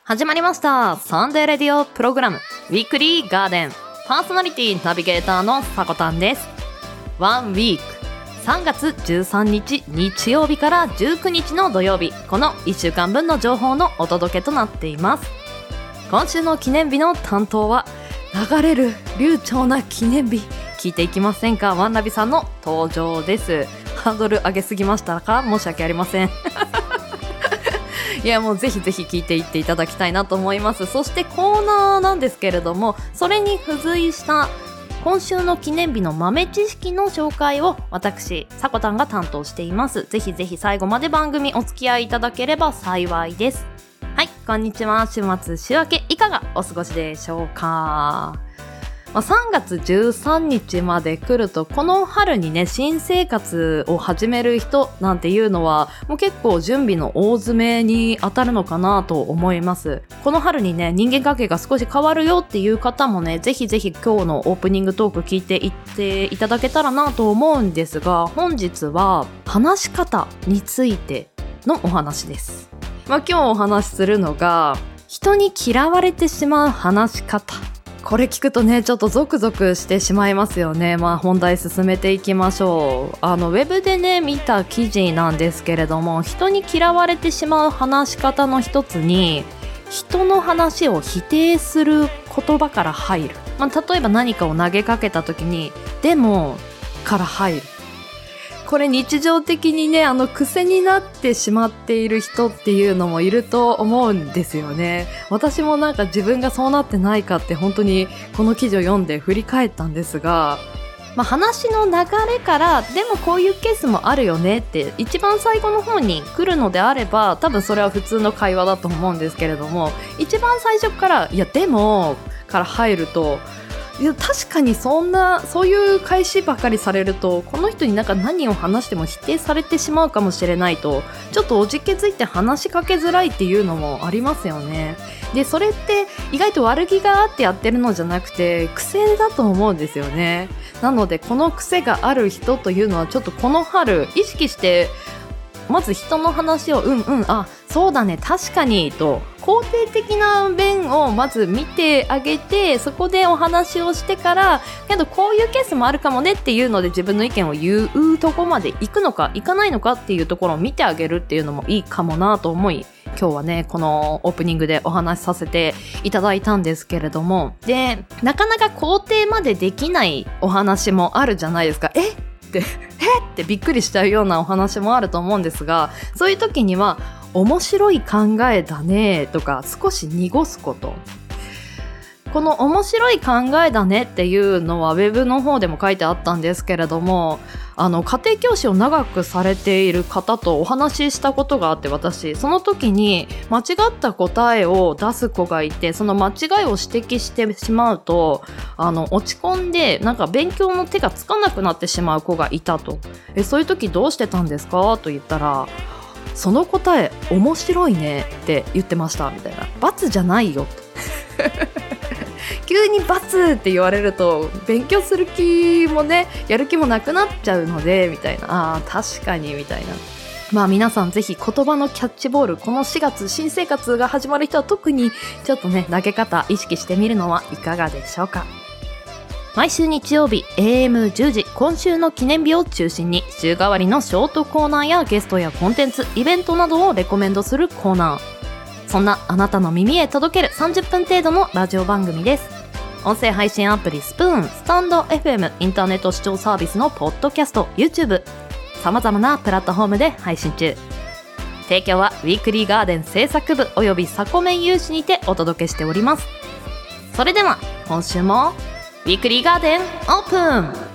始まりました。サンデーレディオプログラムウィークリーガーデン。パーソナリティナビゲーターのさこたんです。ワンウィーク3月13日日曜日から19日の土曜日、この1週間分の情報のお届けとなっています。今週の記念日の担当は流れる流暢な記念日、聞いていきませんか。ワンナビさんの登場です。ハードル上げすぎましたか。申し訳ありませんいやもうぜひぜひ聞いていっていただきたいなと思います。そしてコーナーなんですけれども、それに付随した今週の記念日の豆知識の紹介を私さこたんが担当しています。ぜひぜひ最後まで番組お付き合いいただければ幸いです。はい、こんにちは。週末週明けいかがお過ごしでしょうか。3月13日まで来ると、この春にね新生活を始める人なんていうのはもう結構準備の大詰めに当たるのかなと思います。この春にね人間関係が少し変わるよっていう方もね、ぜひぜひ今日のオープニングトーク聞いていっていただけたらなと思うんですが、本日は話し方についてのお話です。今日お話しするのが人に嫌われてしまう話し方。これ聞くとねちょっとゾクゾクしてしまいますよね。本題進めていきましょう。ウェブでね見た記事なんですけれども、人に嫌われてしまう話し方の一つに人の話を否定する言葉から入る。例えば何かを投げかけた時にでもから入る。これ日常的にね癖になってしまっている人っていうのもいると思うんですよね。私も自分がそうなってないかって本当にこの記事を読んで振り返ったんですが、話の流れからでもこういうケースもあるよねって一番最後の方に来るのであれば多分それは普通の会話だと思うんですけれども、一番最初からいやでもから入ると、いや確かにそういう返しばかりされるとこの人に何を話しても否定されてしまうかもしれないと、ちょっとおじけづいて話しかけづらいっていうのもありますよね。でそれって意外と悪気があってやってるのじゃなくて癖だと思うんですよね。なのでこの癖がある人というのはちょっとこの春意識してまず人の話をそうだね確かにと肯定的な面をまず見てあげて、そこでお話をしてからけどこういうケースもあるかもねっていうので自分の意見を言うとこまで行くのか行かないのかっていうところを見てあげるっていうのもいいかもなと思い、今日はねこのオープニングでお話しさせていただいたんですけれども、でなかなか肯定までできないお話もあるじゃないですか。ってびっくりしちゃうようなお話もあると思うんですが、そういう時には面白い考えだねとか少し濁すこと。この面白い考えだねっていうのはウェブの方でも書いてあったんですけれども、家庭教師を長くされている方とお話ししたことがあって、私その時に間違った答えを出す子がいて、その間違いを指摘してしまうと落ち込んで勉強の手がつかなくなってしまう子がいたと。そういう時どうしてたんですかと言ったら、その答え面白いねって言ってましたみたいな。罰じゃないよと急に罰って言われると勉強する気もねやる気もなくなっちゃうのでみたいな。確かにみたいな。皆さんぜひ言葉のキャッチボール、この4月新生活が始まる人は特にちょっとね投げ方意識してみるのはいかがでしょうか。毎週日曜日 AM10 時、今週の記念日を中心に週替わりのショートコーナーやゲストやコンテンツイベントなどをレコメンドするコーナー。そんなあなたの耳へ届ける30分程度のラジオ番組です。音声配信アプリスプーン、スタンド FM、インターネット視聴サービスのポッドキャスト、YouTube、様々なプラットフォームで配信中。提供はウィークリーガーデン制作部およびサコメン有志にてお届けしております。それでは今週もウィークリーガーデンオープン。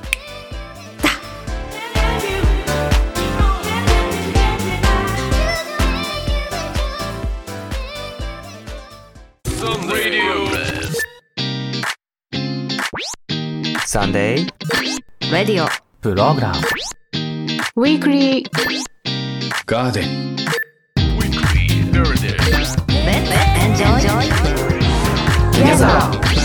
サンデーレディオプログラムウィークリーガーデン。 Let's enjoy together。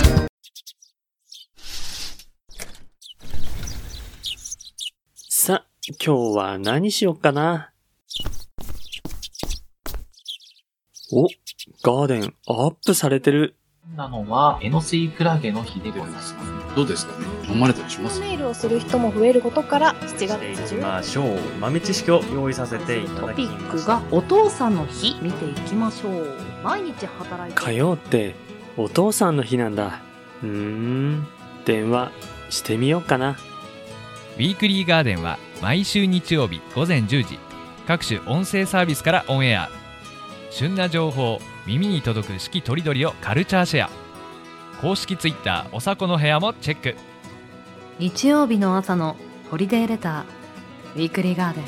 さあ、今日は何しよっかな。お、 ガーデンアップされてる。 なのは、エノスイクラゲの日でございます。 どうですかね、飲まれたりします？ ネイルをする人も増えることから7月行きましょう。豆知識を用意させていたトだきまピックしたがお父さんの日見ていきましょう。毎日働いて火曜ってお父さんの日なんだ。電話してみようかな。 ウィークリーガーデンは毎週日曜日午前10時、各種音声サービスからオンエア。旬な情報、耳に届く四季とりどりをカルチャーシェア。公式ツイッターおさこの部屋もチェック。 日曜日の朝のホリデーレター、ウィークリーガーデン。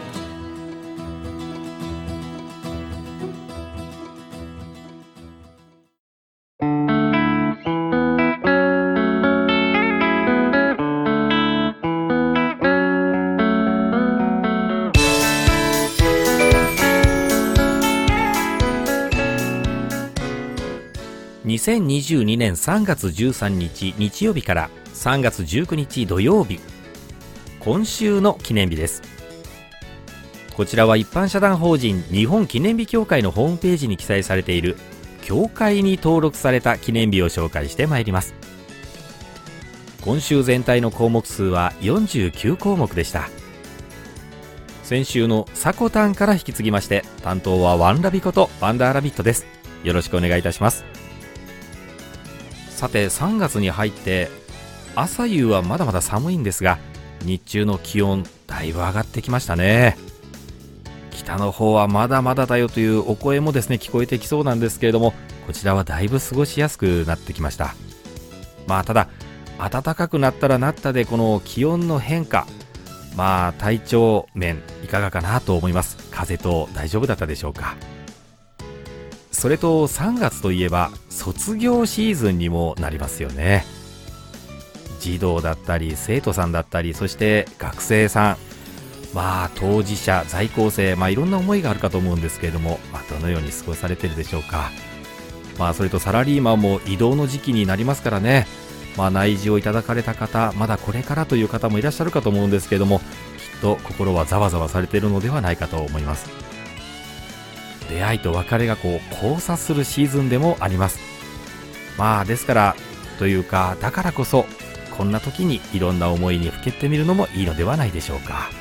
2022年3月13日日曜日から3月19日土曜日、今週の記念日です。こちらは一般社団法人日本記念日協会のホームページに記載されている協会に登録された記念日を紹介してまいります。今週全体の項目数は49項目でした。先週のさこたんから引き継ぎまして、担当はワンラビことワンダーラビットです。よろしくお願いいたします。さて、3月に入って朝夕はまだまだ寒いんですが、日中の気温だいぶ上がってきましたね。北の方はまだまだだよというお声もですね聞こえてきそうなんですけれども、こちらはだいぶ過ごしやすくなってきました。ただ暖かくなったらなったで、この気温の変化、体調面いかがかなと思います。風邪と大丈夫だったでしょうか。それと3月といえば卒業シーズンにもなりますよね。児童だったり生徒さんだったり、そして学生さん、当事者、在校生、いろんな思いがあるかと思うんですけれども、どのように過ごされているでしょうか。それとサラリーマンも移動の時期になりますからね。内示をいただかれた方、まだこれからという方もいらっしゃるかと思うんですけれども、きっと心はざわざわされているのではないかと思います。出会いと別れが交差するシーズンでもあります。ですからというか、だからこそこんな時にいろんな思いにふけってみるのもいいのではないでしょうか。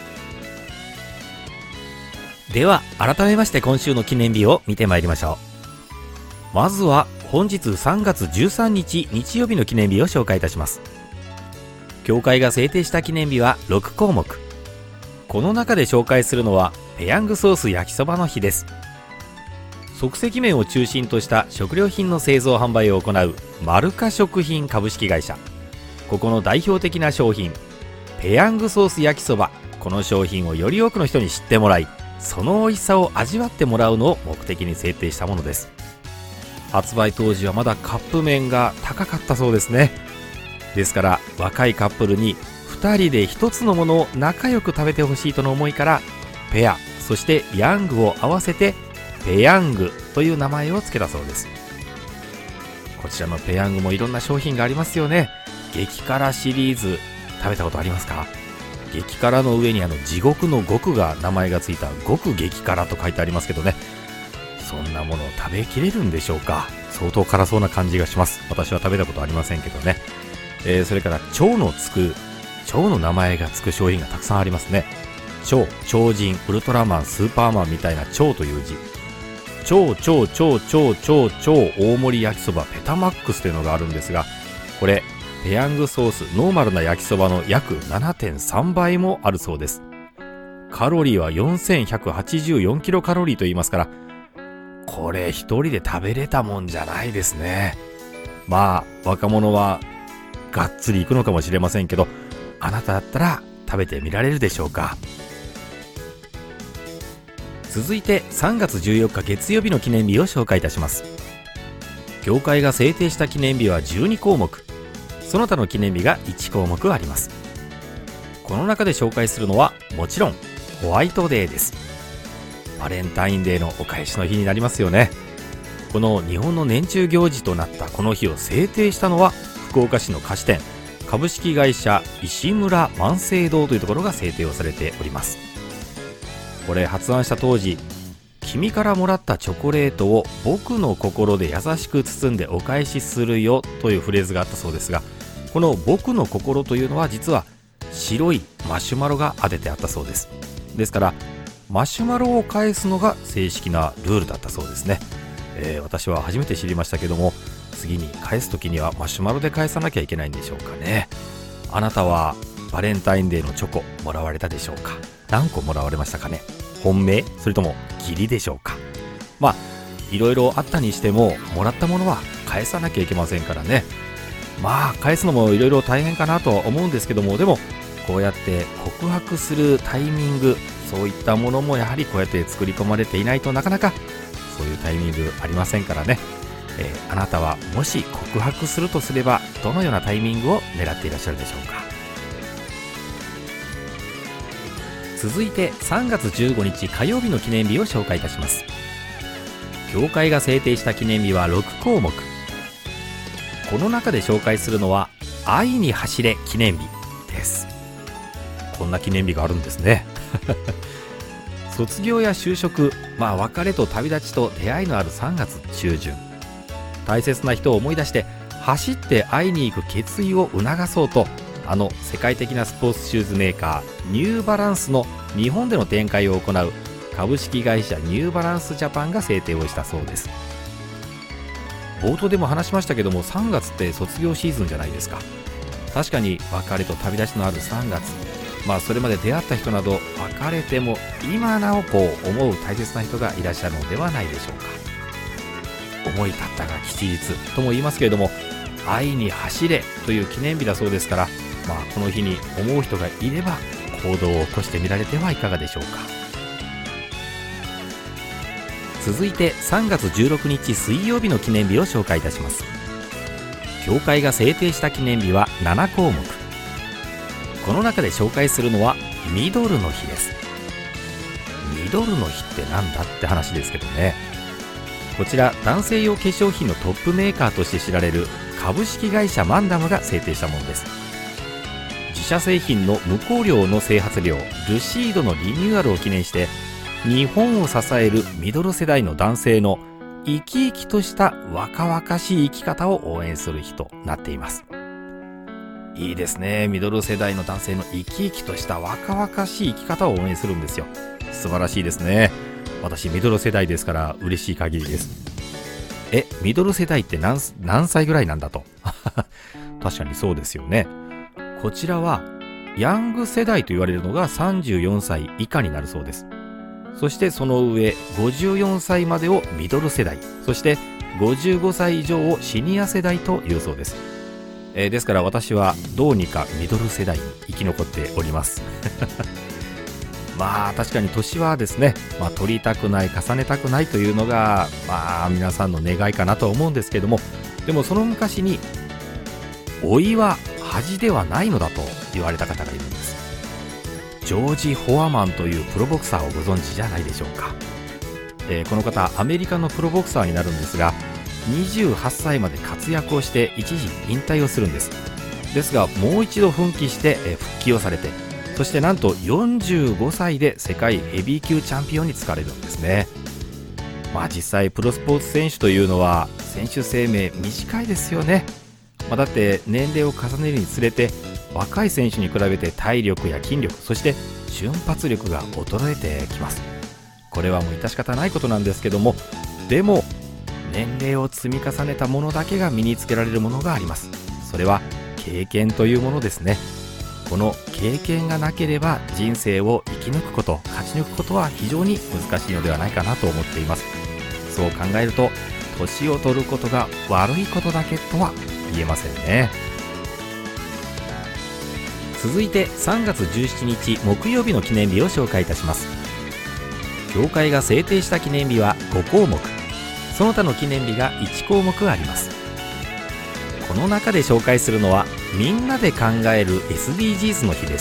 では改めまして今週の記念日を見てまいりましょう。まずは本日3月13日日曜日の記念日を紹介いたします。協会が制定した記念日は6項目。この中で紹介するのはペヤングソース焼きそばの日です。即席麺を中心とした食料品の製造販売を行うマルカ食品株式会社、ここの代表的な商品ペヤングソース焼きそば、この商品をより多くの人に知ってもらい、その美味しさを味わってもらうのを目的に制定したものです。発売当時はまだカップ麺が高かったそうですね。ですから若いカップルに2人で1つのものを仲良く食べてほしいとの思いから、ペアそしてヤングを合わせてペヤングという名前を付けたそうです。こちらのペヤングもいろんな商品がありますよね。激辛シリーズ食べたことありますか？激辛の上に地獄の極が名前がついた極激辛と書いてありますけどね、そんなものを食べきれるんでしょうか。相当辛そうな感じがします。私は食べたことありませんけどね。それから蝶の名前がつく商品がたくさんありますね。超人、ウルトラマン、スーパーマンみたいな超という字、超大盛り焼きそばペタマックスというのがあるんですが、これペヤングソースノーマルな焼きそばの約 7.3 倍もあるそうです。カロリーは4184キロカロリーと言いますから、これ一人で食べれたもんじゃないですね。若者はがっつりいくのかもしれませんけど、あなただったら食べてみられるでしょうか。続いて3月14日月曜日の記念日を紹介いたします。協会が制定した記念日は12項目、その他の記念日が1項目あります。この中で紹介するのはもちろんホワイトデーです。バレンタインデーのお返しの日になりますよね。この日本の年中行事となったこの日を制定したのは福岡市の菓子店株式会社石村万世堂というところが制定をされております。これ発案した当時、 君からもらったチョコレートを僕の心で優しく包んでお返しするよというフレーズがあったそうですが、この僕の心というのは実は白いマシュマロが当ててあったそうです。ですからマシュマロを返すのが正式なルールだったそうですね。私は初めて知りましたけども、次に返す時にはマシュマロで返さなきゃいけないんでしょうかね。あなたはバレンタインデーのチョコもらわれたでしょうか。何個もらわれましたかね。本命それとも義理でしょうか。まあいろいろあったにしても、もらったものは返さなきゃいけませんからね。まあ返すのもいろいろ大変かなとは思うんですけども、でもこうやって告白するタイミング、そういったものもやはりこうやって作り込まれていないとなかなかそういうタイミングありませんからね。あなたはもし告白するとすればどのようなタイミングを狙っていらっしゃるでしょうか。続いて3月15日火曜日の記念日を紹介いたします。協会が制定した記念日は6項目。この中で紹介するのは愛に走れ記念日です。こんな記念日があるんですね卒業や就職、別れと旅立ちと出会いのある3月中旬、大切な人を思い出して走って会いに行く決意を促そうと、世界的なスポーツシューズメーカーニューバランスの日本での展開を行う株式会社ニューバランスジャパンが制定をしたそうです。冒頭でも話しましたけども、3月って卒業シーズンじゃないですか。確かに別れと旅立ちのある3月、それまで出会った人など別れても今なお思う大切な人がいらっしゃるのではないでしょうか。思い立ったが吉日とも言いますけれども、愛に走れという記念日だそうですから、この日に思う人がいれば行動を起こしてみられてはいかがでしょうか。続いて3月16日水曜日の記念日を紹介いたします。協会が制定した記念日は7項目。この中で紹介するのはミドルの日です。ミドルの日ってなんだって話ですけどね。こちら男性用化粧品のトップメーカーとして知られる株式会社マンダムが制定したものです。自社製品の無香料の整髪料ルシードのリニューアルを記念して、日本を支えるミドル世代の男性の生き生きとした若々しい生き方を応援する日となっています。いいですね。ミドル世代の男性の生き生きとした若々しい生き方を応援するんですよ。素晴らしいですね。私ミドル世代ですから嬉しい限りです。ミドル世代って何歳ぐらいなんだと確かにそうですよね。こちらはヤング世代と言われるのが34歳以下になるそうです。そしてその上54歳までをミドル世代、そして55歳以上をシニア世代というそうです。ですから私はどうにかミドル世代に生き残っております確かに年はですね、取りたくない重ねたくないというのが皆さんの願いかなと思うんですけども、でもその昔に老いは恥ではないのだと言われた方がいるんです。ジョージ・フォアマンというプロボクサーをご存知じゃないでしょうか。この方アメリカのプロボクサーになるんですが、28歳まで活躍をして一時引退をするんです。ですがもう一度奮起して復帰をされて、そしてなんと45歳で世界ヘビー級チャンピオンに就かれるんですね。実際プロスポーツ選手というのは選手生命短いですよね。だって年齢を重ねるにつれて若い選手に比べて体力や筋力、そして瞬発力が衰えてきます。これはもう致し方ないことなんですけども、でも年齢を積み重ねたものだけが身につけられるものがあります。それは経験というものですね。この経験がなければ人生を生き抜くこと、勝ち抜くことは非常に難しいのではないかなと思っています。そう考えると年を取ることが悪いことだけとは言えませんね。続いて3月17日木曜日の記念日を紹介いたします。協会が制定した記念日は5項目、その他の記念日が1項目あります。この中で紹介するのはみんなで考える SDGs の日です。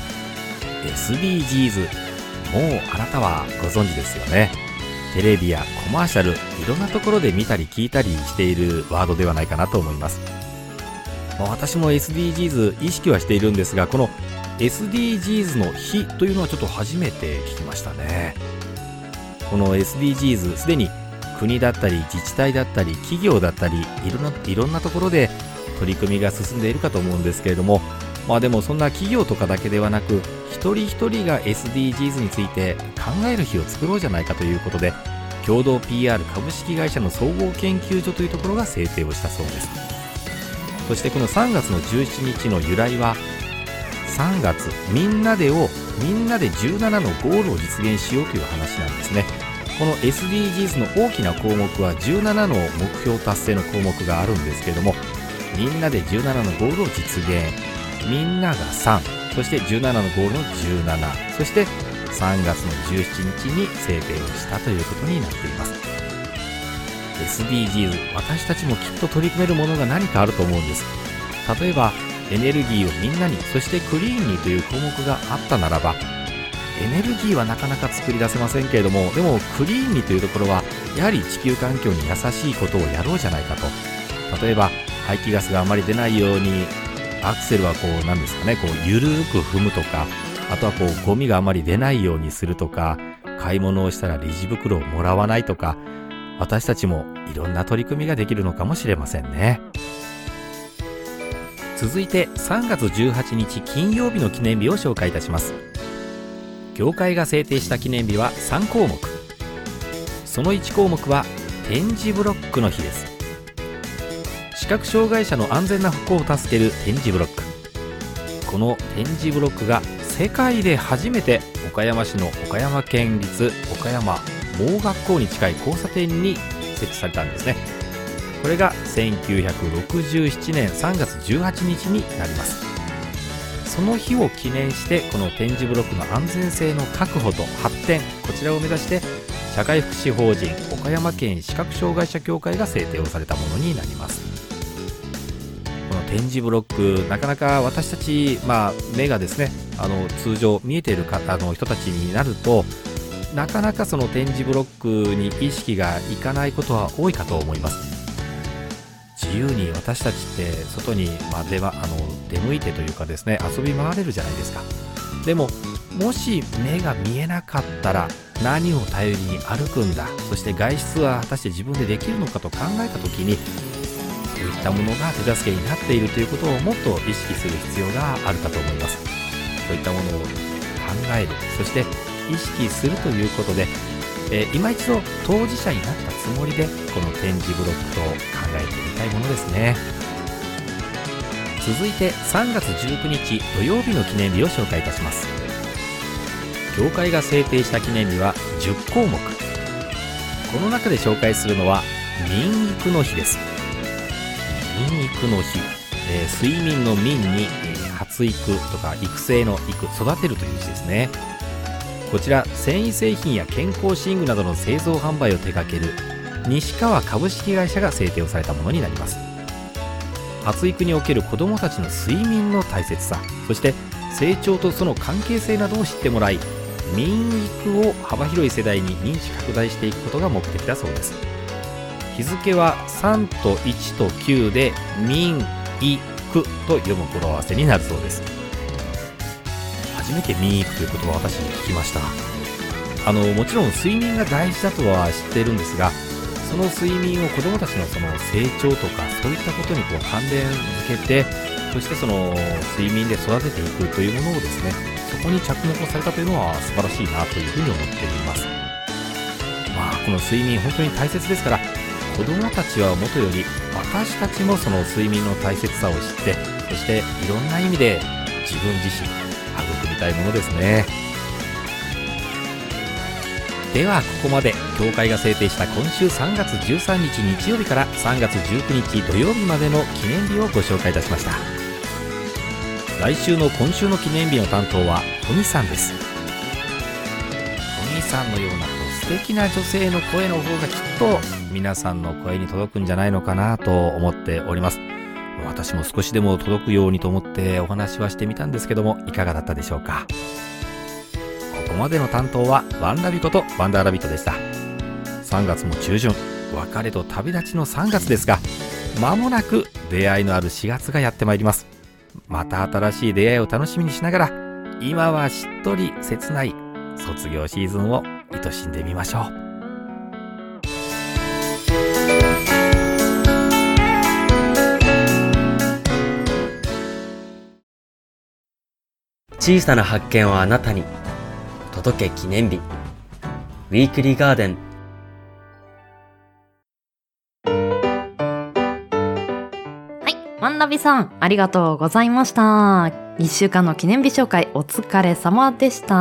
SDGs、 もうあなたはご存知ですよね。テレビやコマーシャル、いろんなところで見たり聞いたりしているワードではないかなと思います。私も SDGs 意識はしているんですが、この SDGs の日というのはちょっと初めて聞きましたね。 この SDGs すでに国だったり自治体だったり企業だったりいろんなところで取り組みが進んでいるかと思うんですけれども、でもそんな企業とかだけではなく一人一人が SDGs について考える日を作ろうじゃないかということで、共同 PR 株式会社の総合研究所というところが制定をしたそうです。そしてこの3月の17日の由来は、3月みんなで17のゴールを実現しようという話なんですね。この SDGs の大きな項目は17の目標達成の項目があるんですけれども、みんなで17のゴールを実現、みんなが3、そして17のゴールの17、そして3月の17日に制定をしたということになっています。 SDGs、 私たちもきっと取り組めるものが何かあると思うんです。例えばエネルギーをみんなに、そしてクリーンにという項目があったならば、エネルギーはなかなか作り出せませんけれども、でもクリーンにというところはやはり地球環境に優しいことをやろうじゃないかと。例えば排気ガスがあまり出ないようにアクセルは何ですかね、ゆるく踏むとか、あとはゴミがあまり出ないようにするとか、買い物をしたらレジ袋をもらわないとか、私たちもいろんな取り組みができるのかもしれませんね。続いて3月18日金曜日の記念日を紹介いたします。協会が制定した記念日は3項目。その1項目は点字ブロックの日です。視覚障害者の安全な歩行を助ける点字ブロック。この点字ブロックが世界で初めて岡山市の岡山県立岡山盲学校に近い交差点に設置されたんですね。これが1967年3月18日になります。その日を記念して、この点字ブロックの安全性の確保と発展、こちらを目指して社会福祉法人岡山県視覚障害者協会が制定をされたものになります。この点字ブロック、なかなか私たち、目がですね、通常見えている人たちになると、なかなかその点字ブロックに意識がいかないことは多いかと思います。自由に私たちって外に、出向いてというかですね、遊び回れるじゃないですか。でももし目が見えなかったら何を頼りに歩くんだ、そして外出は果たして自分でできるのかと考えたときに、そういったものが手助けになっているということをもっと意識する必要があるかと思います。そういったものを考える、そして意識するということで、今一度当事者になったつもりでこの点字ブロックと考えてみたいものですね。続いて3月19日土曜日の記念日を紹介いたします。協会が制定した記念日は10項目。この中で紹介するのは民育の日です。民育の日、睡眠の民に、発育とか育成の育、育てるという字ですね。こちら繊維製品や健康寝具などの製造販売を手掛ける西川株式会社が制定をされたものになります。発育における子どもたちの睡眠の大切さ、そして成長とその関係性などを知ってもらい、民育を幅広い世代に認知拡大していくことが目的だそうです。日付は3と1と9で民育と読む語呂合わせになるそうです。初めて民育という言葉を私に聞きました。もちろん睡眠が大事だとは知っているんですが、その睡眠を子どもたちのその成長とかそういったことに関連づけて、そしてその睡眠で育てていくというものをですね、そこに着目をされたというのは素晴らしいなというふうに思っています。この睡眠本当に大切ですから、子どもたちはもとより私たちもその睡眠の大切さを知って、そしていろんな意味で自分自身育みたいものですね。ではここまで協会が制定した今週3月13日日曜日から3月19日土曜日までの記念日をご紹介いたしました。来週の今週の記念日の担当はトミさんです。トミさんのような素敵な女性の声の方がきっと皆さんの声に届くんじゃないのかなと思っております。私も少しでも届くようにと思ってお話はしてみたんですけども、いかがだったでしょうか。ここまでの担当はワンラビことワンダーラビットでした。3月も中旬、別れと旅立ちの3月ですが、間もなく出会いのある4月がやってまいります。また新しい出会いを楽しみにしながら、今はしっとり切ない卒業シーズンを愛しんでみましょう。 小さな発見をあなたに届け記念日ウィークリーガーデン。 ワンラビさん、ありがとうございました。1週間の記念日紹介お疲れ様でした。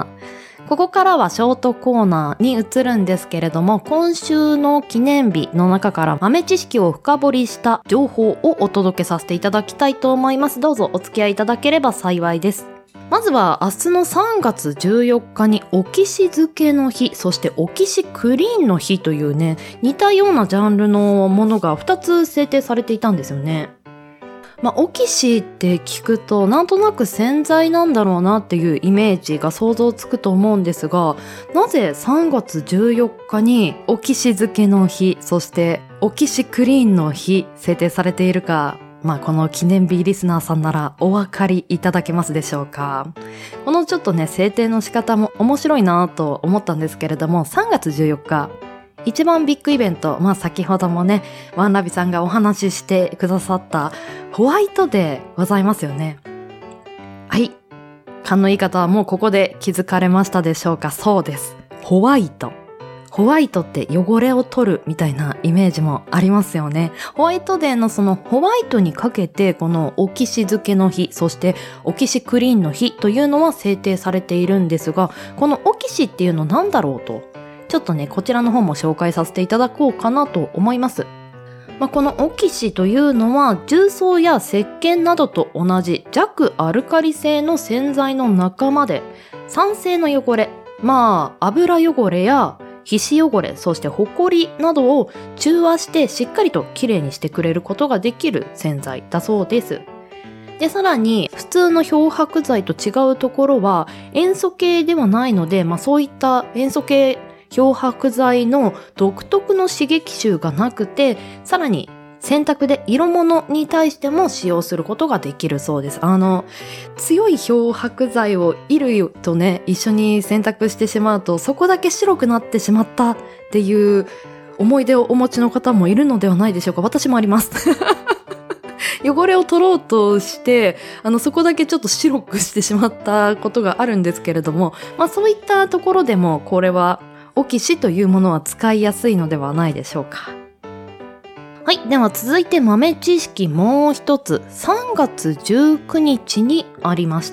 ここからはショートコーナーに移るんですけれども、今週の記念日の中から豆知識を深掘りした情報をお届けさせていただきたいと思います。どうぞお付き合いいただければ幸いです。まずは明日の3月14日にオキシ漬けの日、そしてオキシクリーンの日というね、似たようなジャンルのものが2つ制定されていたんですよね。オキシって聞くとなんとなく洗剤なんだろうなっていうイメージが想像つくと思うんですが、なぜ3月14日にオキシ漬けの日、そしてオキシクリーンの日制定されているか、この記念日リスナーさんならお分かりいただけますでしょうか。このちょっとね、制定の仕方も面白いなと思ったんですけれども、3月14日一番ビッグイベント、先ほどもね、ワンラビさんがお話ししてくださったホワイトデーございますよね。はい。勘のいい方はもうここで気づかれましたでしょうか。そうです。ホワイト。ホワイトって汚れを取るみたいなイメージもありますよね。ホワイトデーのそのホワイトにかけて、このオキシ漬けの日、そしてオキシクリーンの日というのは制定されているんですが、このオキシっていうのなんだろうと、ちょっとね、こちらの方も紹介させていただこうかなと思います。このオキシというのは重曹や石鹸などと同じ弱アルカリ性の洗剤の仲間で、酸性の汚れ、油汚れや皮脂汚れ、そしてホコリなどを中和してしっかりときれいにしてくれることができる洗剤だそうです。で、さらに普通の漂白剤と違うところは塩素系ではないので、そういった塩素系漂白剤の独特の刺激臭がなくて、さらに洗濯で色物に対しても使用することができるそうです。強い漂白剤を衣類とね、一緒に洗濯してしまうと、そこだけ白くなってしまったっていう思い出をお持ちの方もいるのではないでしょうか。私もあります。汚れを取ろうとして、そこだけちょっと白くしてしまったことがあるんですけれども、そういったところでも、これはオキシというものは使いやすいのではないでしょうか。はい。では続いて豆知識もう一つ。3月19日にありました。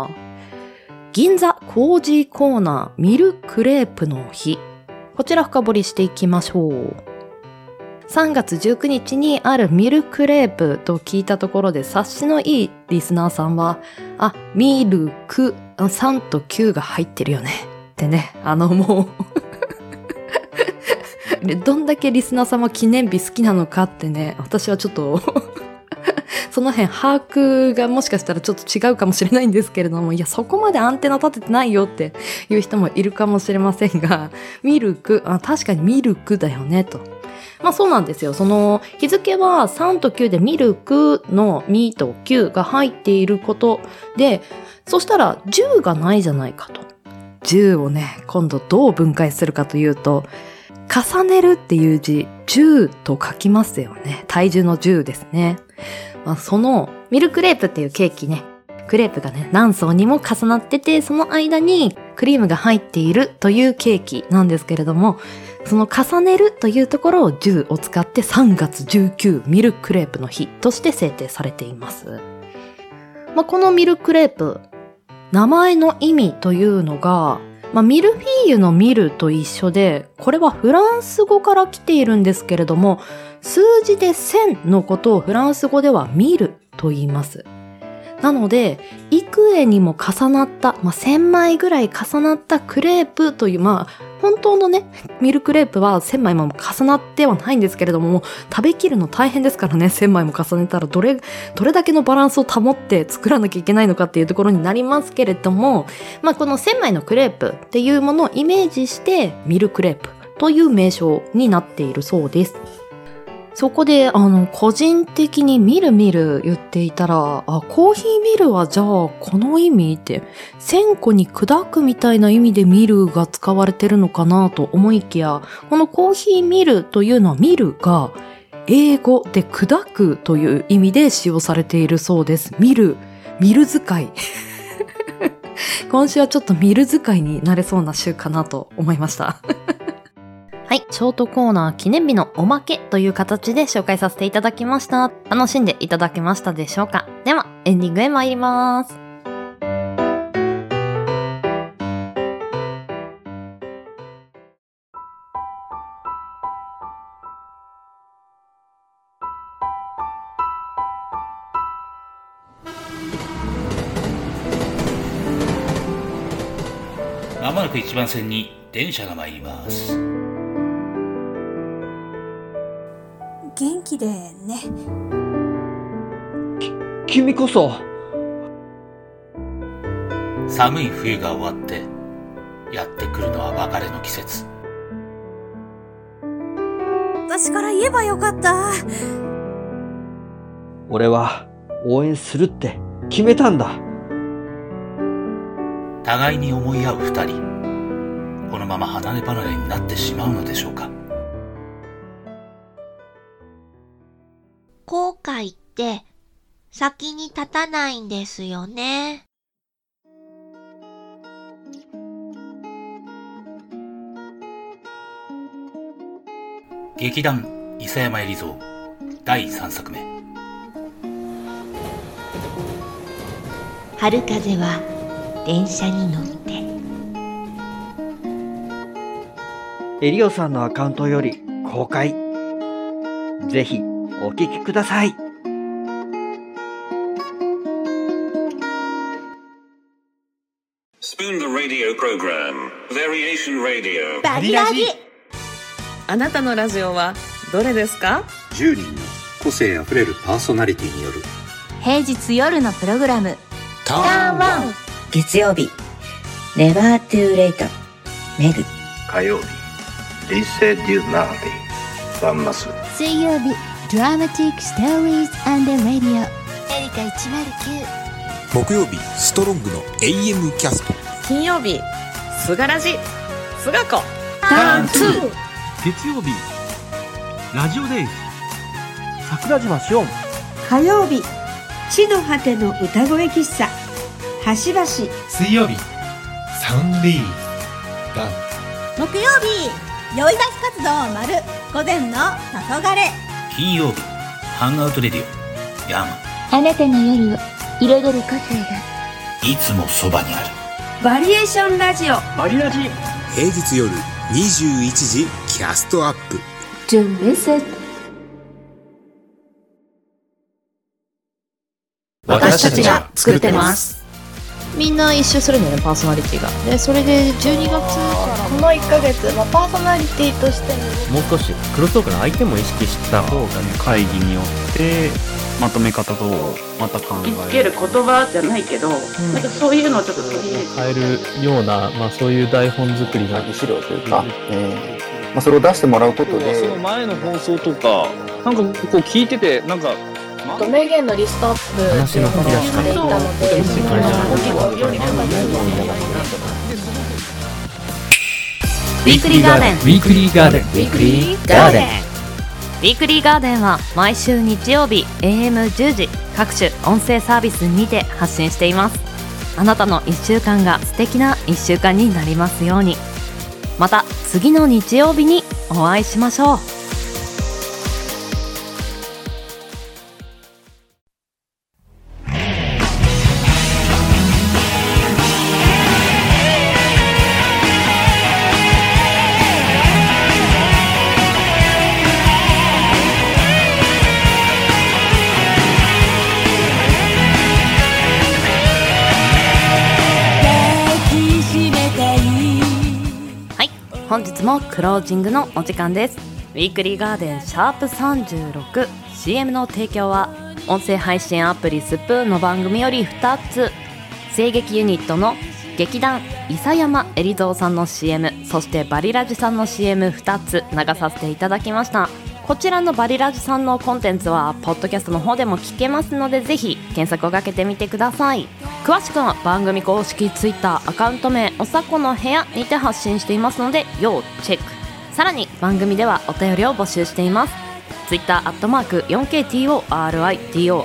銀座コージーコーナーミルクレープの日。こちら深掘りしていきましょう。3月19日にあるミルクレープと聞いたところで察しのいいリスナーさんは、ミルク3と9が入ってるよね。ってね、もう、どんだけリスナー様記念日好きなのかってね、私はちょっとその辺把握がもしかしたらちょっと違うかもしれないんですけれども、いやそこまでアンテナ立ててないよっていう人もいるかもしれませんが、ミルク、確かにミルクだよねと。そうなんですよ。その日付は3と9でミルクのミと9が入っていることで、そしたら10がないじゃないかと。10をね、今度どう分解するかというと、重ねるっていう字、10と書きますよね。体重の10ですね。そのミルクレープっていうケーキね、クレープがね、何層にも重なってて、その間にクリームが入っているというケーキなんですけれども、その重ねるというところを10を使って3月19ミルクレープの日として制定されています。このミルクレープ、名前の意味というのが、ミルフィーユのミルと一緒で、これはフランス語から来ているんですけれども、数字で1000のことをフランス語ではミルと言います。なので、幾重にも重なった、1000枚ぐらい重なったクレープという、本当のね、ミルクレープは1000枚も重なってはないんですけれども、食べきるの大変ですからね、1000枚も重ねたらどれだけのバランスを保って作らなきゃいけないのかっていうところになりますけれども、この1000枚のクレープっていうものをイメージして、ミルクレープという名称になっているそうです。 そこで、個人的に見る言っていたら、コーヒー見るはじゃあ、この意味って、1000個に砕くみたいな意味で見るが使われてるのかなと思いきや、このコーヒー見るというのは見るが、英語で砕くという意味で使用されているそうです。見る使い。今週はちょっと見る使いになれそうな週かなと思いました。はい、ショートコーナー記念日のおまけという形で紹介させていただきました。楽しんでいただけましたでしょうか？では、エンディングへ参ります。 まもなく1番線に電車が参ります。 元気でね。 君こそ。 寒い冬が終わってやってくるのは別れの季節。 私から言えばよかった。 俺は応援するって決めたんだ。 互いに思い合う二人、このまま離れ離れになってしまうのでしょうか。 後悔って先に立たないんですよね。 劇団伊佐山エリゾー第3作目。 春風は電車に乗って。 エリオさんのアカウントより公開。ぜひお聞きください。 Spoon the radio program. Variation Radio. バリラジ。あなたのラジオはどれですか ？10人の個性あふれるパーソナリティによる平日夜のプログラムターン1。 月曜日 Never Too Late メグ。 火曜日 They Said You Naughty サンマス。 水曜日 Dramatic Stories and Radio エリカ109。 木曜日ストロングの AM キャスト。 金曜日すがらじすがこターン2。 月曜日ラジオデイズ桜島しおん。 火曜日地の果ての歌声喫茶端々。 水曜日サウンディーダン。 木曜日酔い出し活動丸午前の黄昏。 金曜日ハンガウトレディオヤーマン。 あなたの夜を彩る個性がいつもそばにあるバリエーションラジオバリラジ。 平日夜21時キャストアップ。 準備セット。 私たちが作ってます。 みんな一周するんだよね、パーソナリティが。で、それで12月からこの1ヶ月、パーソナリティとしてもう少しクロストークの相手も意識した方がね、 会議によってまとめ方とまた考える。 つける言葉じゃないけど、なんかそういうのをちょっと取り入れて変えるような、そういう台本作りが資料というか、 それを出してもらうことで、 その前の放送とかなんかこう聞いててなんか名言のリストアップ話の振り出し方していたので、 ウィークリーガーデン。 ウィークリーガーデン。 ウィークリーガーデン。ウィークリーガーデンは毎週日曜日 AM10 時各種音声サービスにて発信しています。あなたの1週間が素敵な1週間になりますように。また次の日曜日にお会いしましょう。本日もクロージングのお時間です。ウィークリーガーデンシャープ 36CM の提供は音声配信アプリスプーンの番組より2つ、声劇ユニットの劇団伊佐山エリゾーさんの CM、 そしてバリラジさんの CM2 つ流させていただきました。 こちらのバリラジさんのコンテンツはポッドキャストの方でも聞けますので、ぜひ検索をかけてみてください。詳しくは番組公式ツイッターアカウント名おさこの部屋にて発信していますので要チェック。さらに番組ではお便りを募集しています。ツイッター@4KTORIDORI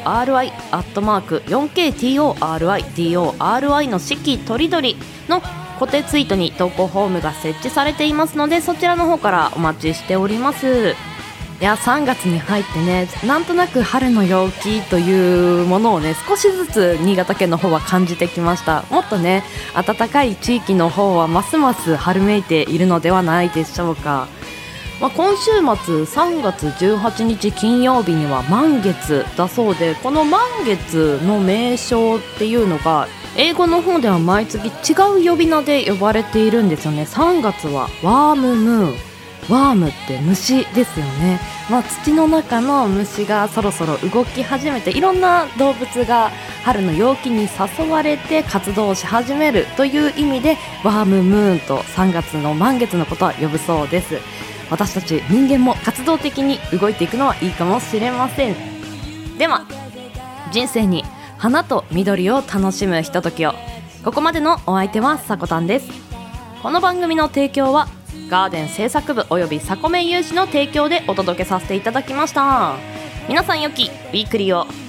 @4KTORIDORI の四季とりどりの固定ツイートに投稿フォームが設置されていますので、そちらの方からお待ちしております。いや、3月に入ってね、なんとなく春の陽気というものをね、少しずつ新潟県の方は感じてきました。もっとね、暖かい地域の方はますます春めいているのではないでしょうか。今週末3月18日金曜日には満月だそうで、この満月の名称っていうのが英語の方では毎月違う呼び名で呼ばれているんですよね。3月はワームムーン。ワームって虫ですよね。土の中の虫がそろそろ動き始めて、いろんな動物が春の陽気に誘われて活動し始めるという意味で、ワームムーンと3月の満月のことは呼ぶそうです。私たち人間も活動的に動いていくのはいいかもしれません。では、人生に花と緑を楽しむひとときを。ここまでのお相手はさこたんです。この番組の提供はガーデン制作部およびサコメン有志の提供でお届けさせていただきました。皆さん良きウィークリーを。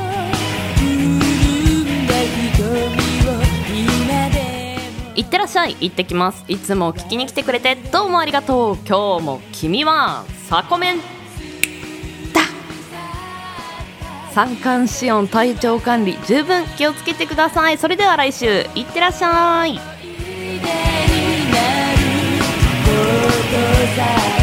いってらっしゃい。行ってきます。いつも聞きに来てくれてどうもありがとう。今日も君はサコメンだ。三寒四温体調管理十分気をつけてください。それでは来週いってらっしゃい。